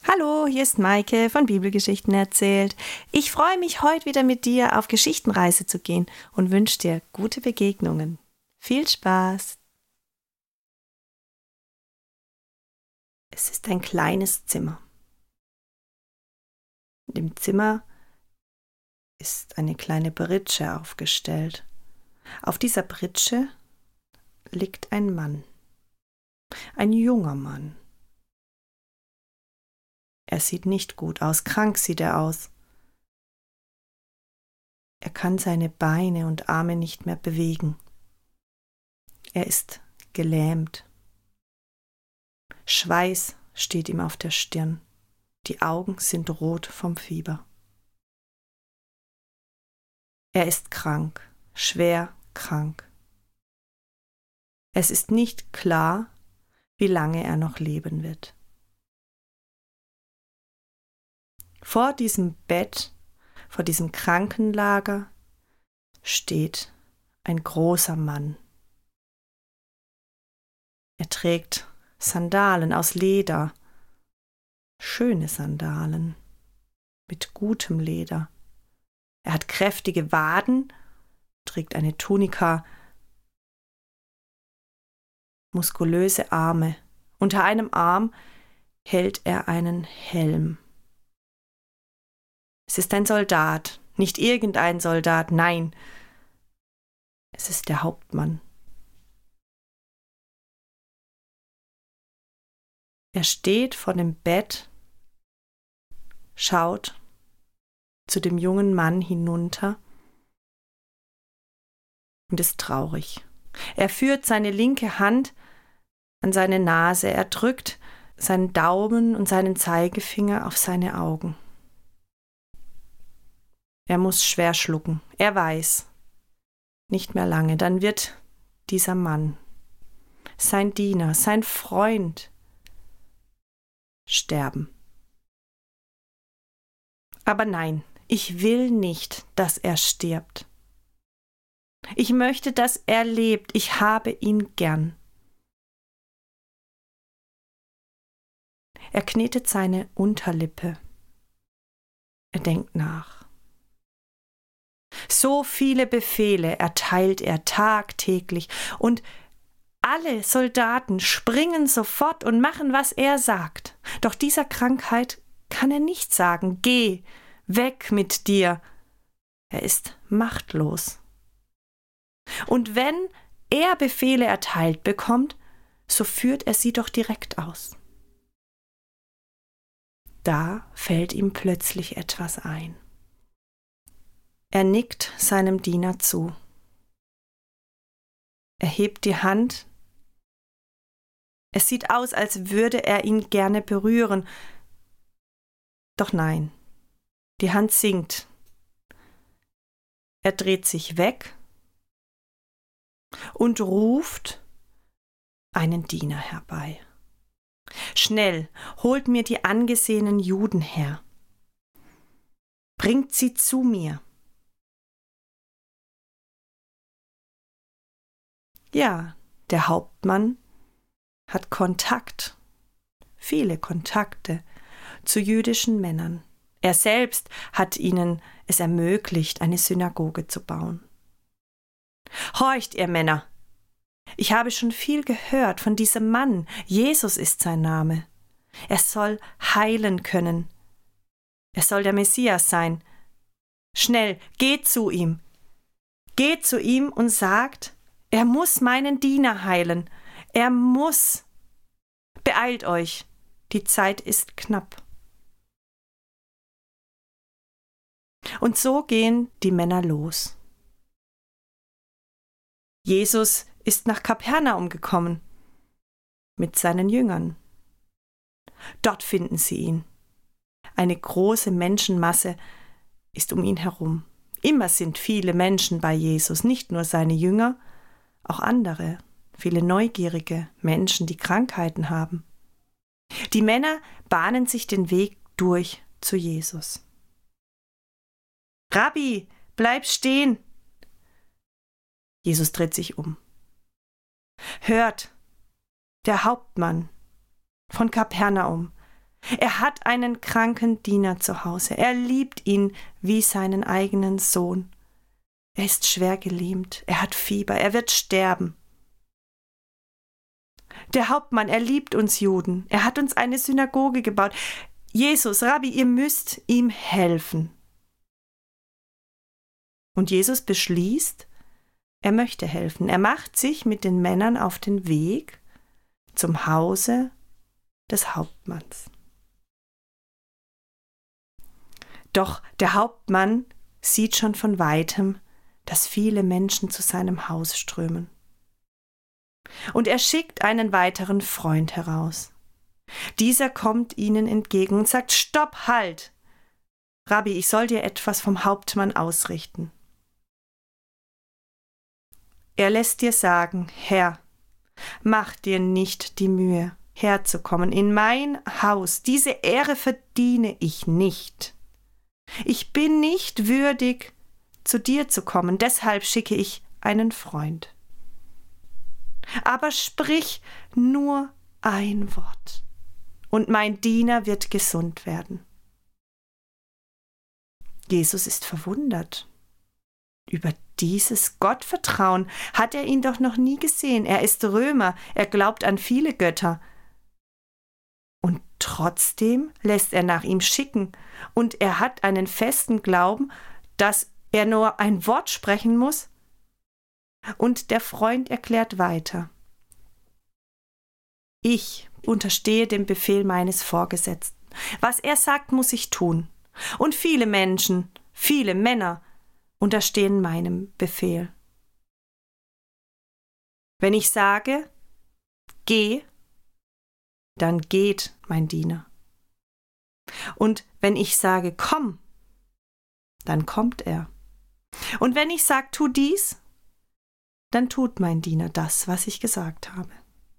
Hallo, hier ist Maike von Bibelgeschichten erzählt. Ich freue mich, heute wieder mit dir auf Geschichtenreise zu gehen und wünsche dir gute Begegnungen. Viel Spaß! Es ist ein kleines Zimmer. In dem Zimmer ist eine kleine Pritsche aufgestellt. Auf dieser Pritsche liegt ein Mann, ein junger Mann. Er sieht nicht gut aus, krank sieht er aus. Er kann seine Beine und Arme nicht mehr bewegen. Er ist gelähmt. Schweiß steht ihm auf der Stirn. Die Augen sind rot vom Fieber. Er ist krank, schwer krank. Es ist nicht klar, wie lange er noch leben wird. Vor diesem Bett, vor diesem Krankenlager steht ein großer Mann. Er trägt Sandalen aus Leder, schöne Sandalen mit gutem Leder. Er hat kräftige Waden, trägt eine Tunika, muskulöse Arme. Unter einem Arm hält er einen Helm. Es ist ein Soldat, nicht irgendein Soldat, nein, es ist der Hauptmann. Er steht vor dem Bett, schaut zu dem jungen Mann hinunter und ist traurig. Er führt seine linke Hand an seine Nase, er drückt seinen Daumen und seinen Zeigefinger auf seine Augen. Er muss schwer schlucken. Er weiß, nicht mehr lange, dann wird dieser Mann, sein Diener, sein Freund, sterben. Aber nein, ich will nicht, dass er stirbt. Ich möchte, dass er lebt. Ich habe ihn gern. Er knetet seine Unterlippe. Er denkt nach. So viele Befehle erteilt er tagtäglich und alle Soldaten springen sofort und machen, was er sagt. Doch dieser Krankheit kann er nicht sagen, geh, weg mit dir. Er ist machtlos. Und wenn er Befehle erteilt bekommt, so führt er sie doch direkt aus. Da fällt ihm plötzlich etwas ein. Er nickt seinem Diener zu. Er hebt die Hand. Es sieht aus, als würde er ihn gerne berühren. Doch nein, die Hand sinkt. Er dreht sich weg und ruft einen Diener herbei. Schnell, holt mir die angesehenen Juden her. Bringt sie zu mir. Ja, der Hauptmann hat Kontakt, viele Kontakte zu jüdischen Männern. Er selbst hat ihnen es ermöglicht, eine Synagoge zu bauen. Horcht, ihr Männer! Ich habe schon viel gehört von diesem Mann. Jesus ist sein Name. Er soll heilen können. Er soll der Messias sein. Schnell, geht zu ihm. Geht zu ihm und sagt, er muss meinen Diener heilen. Er muss. Beeilt euch. Die Zeit ist knapp. Und so gehen die Männer los. Jesus ist nach Kapernaum gekommen mit seinen Jüngern. Dort finden sie ihn. Eine große Menschenmasse ist um ihn herum. Immer sind viele Menschen bei Jesus, nicht nur seine Jünger, auch andere, viele neugierige Menschen, die Krankheiten haben. Die Männer bahnen sich den Weg durch zu Jesus. Rabbi, bleib stehen! Jesus dreht sich um. Hört, der Hauptmann von Kapernaum, Er hat einen kranken Diener zu Hause. Er liebt ihn wie seinen eigenen Sohn. Er ist schwer gelähmt. Er hat Fieber. Er wird sterben. Der Hauptmann, er liebt uns Juden. Er hat uns eine Synagoge gebaut. Jesus, Rabbi, ihr müsst ihm helfen. Und Jesus beschließt, er möchte helfen. Er macht sich mit den Männern auf den Weg zum Hause des Hauptmanns. Doch der Hauptmann sieht schon von weitem, dass viele Menschen zu seinem Haus strömen. Und er schickt einen weiteren Freund heraus. Dieser kommt ihnen entgegen und sagt: Stopp, halt! Rabbi, ich soll dir etwas vom Hauptmann ausrichten. Er lässt dir sagen: Herr, mach dir nicht die Mühe, herzukommen in mein Haus. Diese Ehre verdiene ich nicht. Ich bin nicht würdig, zu dir zu kommen, deshalb schicke ich einen Freund. Aber sprich nur ein Wort, und mein Diener wird gesund werden. Jesus ist verwundert über dieses Gottvertrauen. Hat er ihn doch noch nie gesehen. Er ist Römer, er glaubt an viele Götter. Und trotzdem lässt er nach ihm schicken. Und er hat einen festen Glauben, dass er nur ein Wort sprechen muss. Und der Freund erklärt weiter: Ich unterstehe dem Befehl meines Vorgesetzten. Was er sagt, muss ich tun. Und viele Menschen, viele Männer unterstehen meinem Befehl. Wenn ich sage, geh, dann geht mein Diener. Und wenn ich sage, komm, dann kommt er. Und wenn ich sage, tu dies, dann tut mein Diener das, was ich gesagt habe.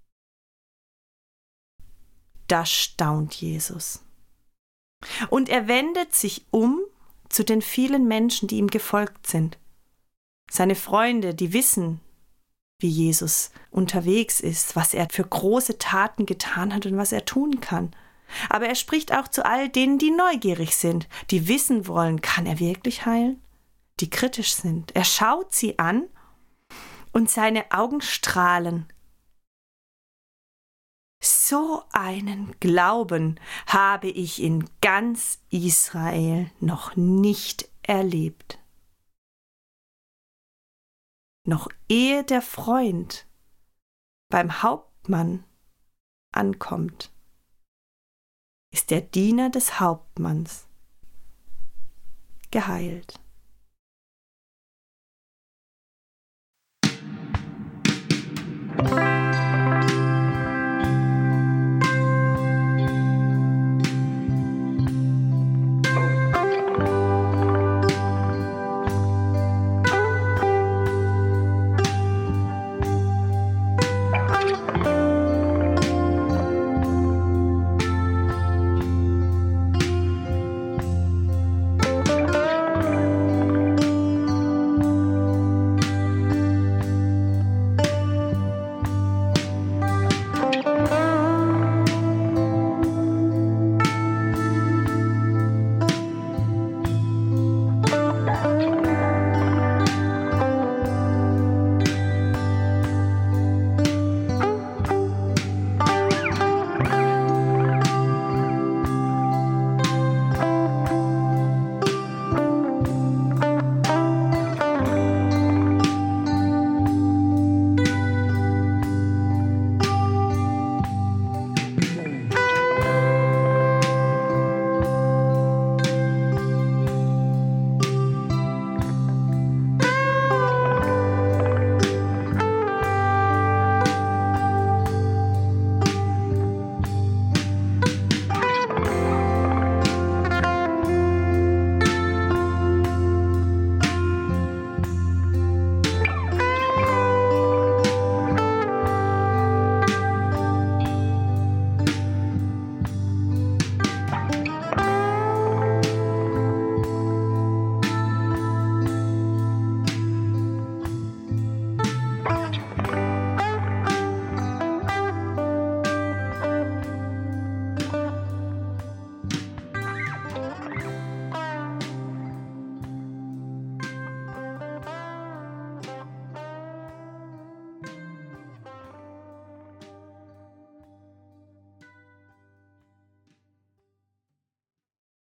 Da staunt Jesus. Und er wendet sich um zu den vielen Menschen, die ihm gefolgt sind. Seine Freunde, die wissen, wie Jesus unterwegs ist, was er für große Taten getan hat und was er tun kann. Aber er spricht auch zu all denen, die neugierig sind, die wissen wollen, kann er wirklich heilen? Die kritisch sind. Er schaut sie an und seine Augen strahlen. So einen Glauben habe ich in ganz Israel noch nicht erlebt. Noch ehe der Freund beim Hauptmann ankommt, ist der Diener des Hauptmanns geheilt.